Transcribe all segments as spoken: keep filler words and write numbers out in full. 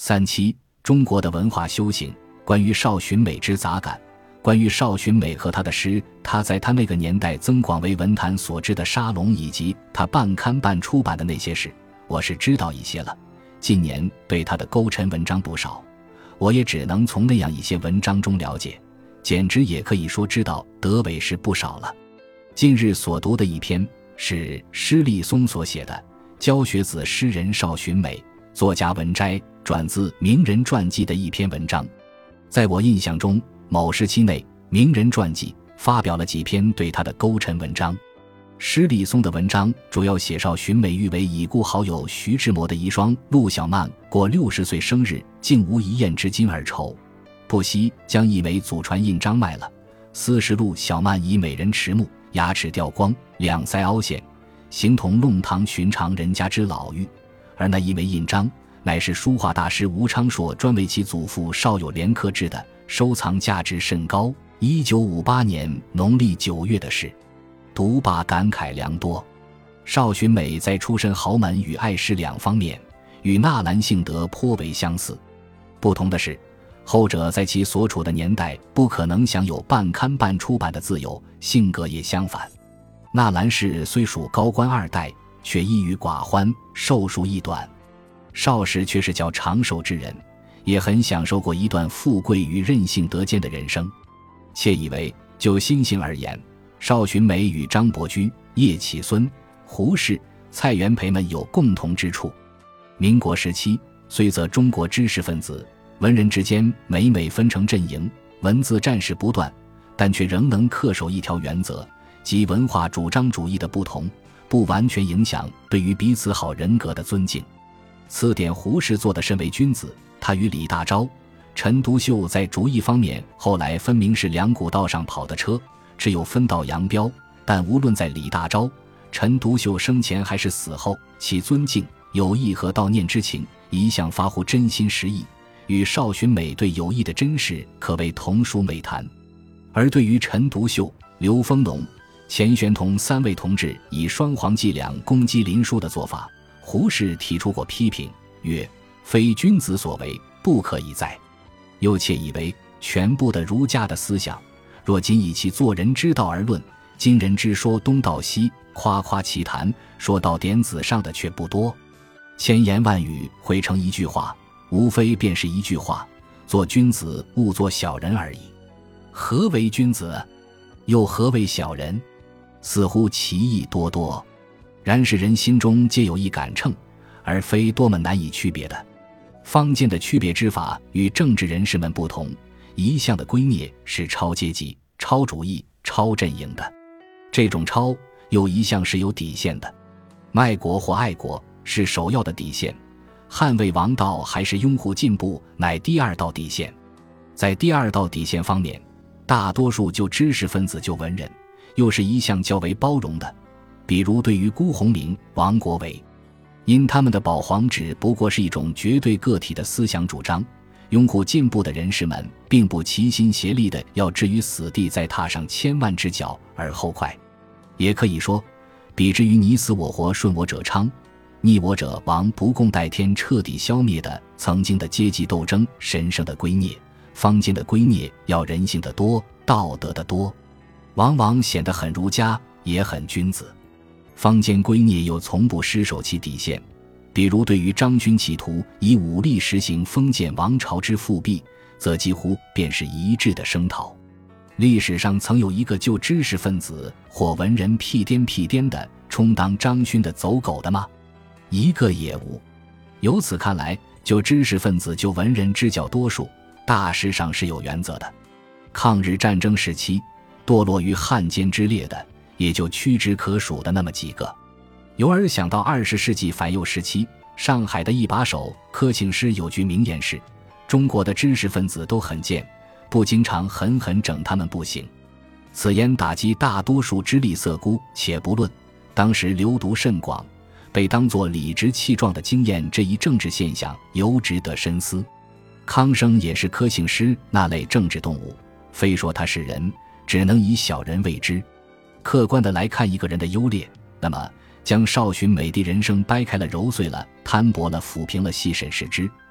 三七，中国的文化修行，关于邵洵美之杂感，关于邵洵美和他的诗，他在他那个年代增广为文坛所知的沙龙，以及他半刊半出版的那些事，我是知道一些了。近年对他的勾陈文章不少，我也只能从那样一些文章中了解，简直也可以说知道德伟是不少了。近日所读的一篇是施立松所写的教学子诗人邵洵美，作家文摘转自名人传记的一篇文章。在我印象中，某时期内名人传记发表了几篇对他的勾陈文章。施立松的文章主要写邵洵美誉为已故好友徐志摩的遗孀陆小曼过六十岁生日竟无一宴之今而愁，不惜将一枚祖传印章卖了。四十陆小曼以美人迟暮，牙齿掉光，两腮凹陷，形同弄堂寻常人家之老妪，而那一枚印章乃是书画大师吴昌硕专为其祖父邵友莲刻制的，收藏价值甚高。一九五八年农历九月的事，读罢感慨良多。邵洵美在出身豪门与爱诗两方面与纳兰性德颇为相似，不同的是，后者在其所处的年代不可能享有半刊半出版的自由，性格也相反。纳兰氏虽属高官二代，却抑郁寡欢，寿数亦短。邵氏却是较长寿之人，也很享受过一段富贵与任性得兼的人生。窃以为就心性而言，邵洵美与张伯驹、叶启孙、胡适、蔡元培们有共同之处。民国时期，虽则中国知识分子文人之间每每分成阵营，文字战事不断，但却仍能恪守一条原则，即文化主张主义的不同不完全影响对于彼此好人格的尊敬。此点胡适做得甚为君子，他与李大钊、陈独秀在主义方面后来分明是两股道上跑的车，只有分道扬镳，但无论在李大钊、陈独秀生前还是死后，其尊敬、友谊和悼念之情一向发乎真心实意，与邵洵美对友谊的珍视可谓同属美谈。而对于陈独秀、刘丰农、钱玄同三位同志以双簧伎俩攻击林殊的做法，胡适提出过批评，曰：非君子所为，不可以哉。又窃以为全部的儒家的思想，若仅以其做人之道而论，今人之说东道西，夸夸其谈，说到点子上的却不多。千言万语汇成一句话，无非便是一句话：做君子勿做小人而已。何为君子？又何为小人？似乎歧义多多，然是人心中皆有一杆秤，而非多么难以区别的。坊间的区别之法与政治人士们不同，一向的圭臬是超阶级、超主义、超阵营的，这种超又一向是有底线的。卖国或爱国是首要的底线，捍卫王道还是拥护进步乃第二道底线。在第二道底线方面，大多数就知识分子就文人又是一向较为包容的，比如对于辜鸿铭、王国维，因他们的保皇旨不过是一种绝对个体的思想主张，拥护进步的人士们并不齐心协力的要置于死地再踏上千万只脚而后快。也可以说，比之于你死我活顺我者昌，逆我者亡不共戴天彻底消灭的曾经的阶级斗争神圣的圭臬，坊间的圭臬要人性的多，道德的多，往往显得很儒家，也很君子。坊间圭臬又从不失守其底线，比如对于张勋企图以武力实行封建王朝之复辟，则几乎便是一致的声讨。历史上曾有一个就知识分子或文人屁颠屁颠的充当张勋的走狗的吗？一个也无。由此看来，就知识分子就文人之较多数，大事上是有原则的。抗日战争时期堕落于汉奸之列的也就屈指可数的那么几个。由而想到二十世纪反右时期，上海的一把手柯庆施有句名言是：中国的知识分子都很贱，不经常狠狠整他们不行。此言打击大多数知力色孤，且不论当时流毒甚广，被当作理直气壮的经验这一政治现象尤值得深思。康生也是柯庆施那类政治动物，非说他是人，只能以小人谓之。客观地来看一个人的优劣，那么将邵洵美的人生掰开了揉碎了摊薄了抚平了细审视之，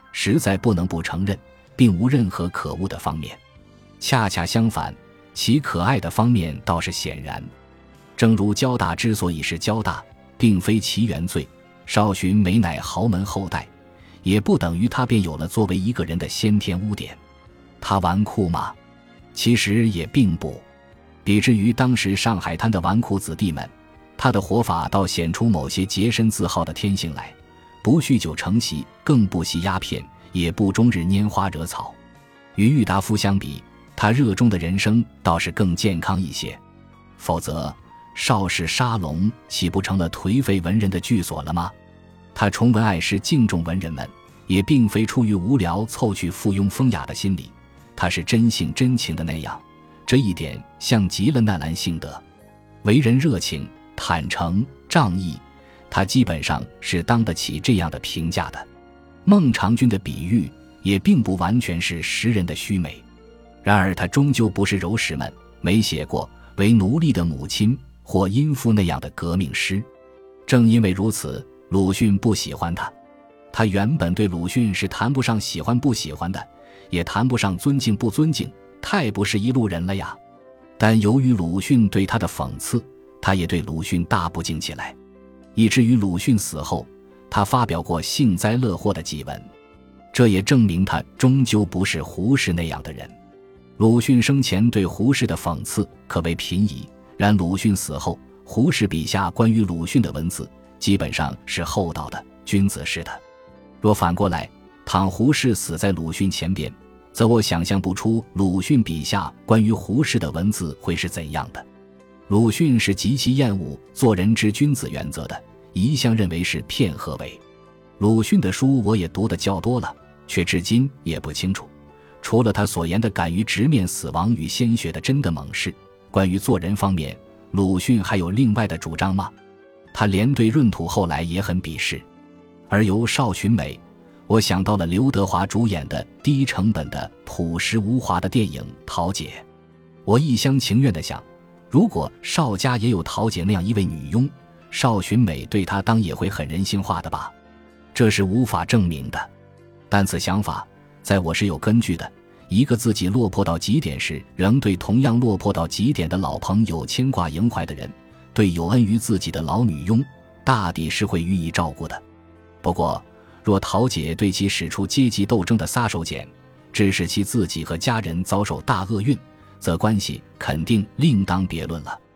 实在不能不承认，并无任何可恶的方面。恰恰相反，其可爱的方面倒是显然。正如交大之所以是交大，并非其原罪，少旬美乃豪门后代，也不等于他便有了作为一个人的先天污点。他纨绔吗？其实也并不。比之于当时上海滩的纨绔子弟们，他的活法倒显出某些洁身自好的天性来，不酗酒成习，更不吸鸦片，也不终日拈花惹草。与郁达夫相比，他热衷的人生倒是更健康一些。否则邵氏沙龙岂不成了颓废文人的居所了吗？他崇文爱诗，敬重文人们，也并非出于无聊凑去附庸风雅的心理，他是真性真情的那样，这一点像极了纳兰性德。为人热情、坦诚、仗义，他基本上是当得起这样的评价的。孟尝君的比喻也并不完全是诗人的虚美，然而他终究不是柔石们没写过为奴隶的母亲或阴妇那样的革命诗。正因为如此，鲁迅不喜欢他。他原本对鲁迅是谈不上喜欢不喜欢的，也谈不上尊敬不尊敬，太不是一路人了呀。但由于鲁迅对他的讽刺，他也对鲁迅大不敬起来，以至于鲁迅死后，他发表过幸灾乐祸的祭文。这也证明他终究不是胡适那样的人。鲁迅生前对胡适的讽刺可谓频移，然鲁迅死后，胡适笔下关于鲁迅的文字基本上是厚道的、君子式的。若反过来，倘胡适死在鲁迅前边，则我想象不出鲁迅笔下关于胡适的文字会是怎样的。鲁迅是极其厌恶做人之君子原则的，一向认为是骗和为。鲁迅的书我也读得较多了，却至今也不清楚，除了他所言的敢于直面死亡与鲜血的真的猛士，关于做人方面，鲁迅还有另外的主张吗？他连对闰土后来也很鄙视。而由邵群美，我想到了刘德华主演的低成本的朴实无华的电影《桃姐》。我一厢情愿地想，如果邵家也有桃姐那样一位女佣，邵群美对她当也会很人性化的吧？这是无法证明的，但此想法在我是有根据的。一个自己落魄到极点时仍对同样落魄到极点的老朋友牵挂萦怀的人，对有恩于自己的老女佣大抵是会予以照顾的。不过若桃姐对其使出阶级斗争的撒手锏，致使其自己和家人遭受大厄运，则关系肯定另当别论了。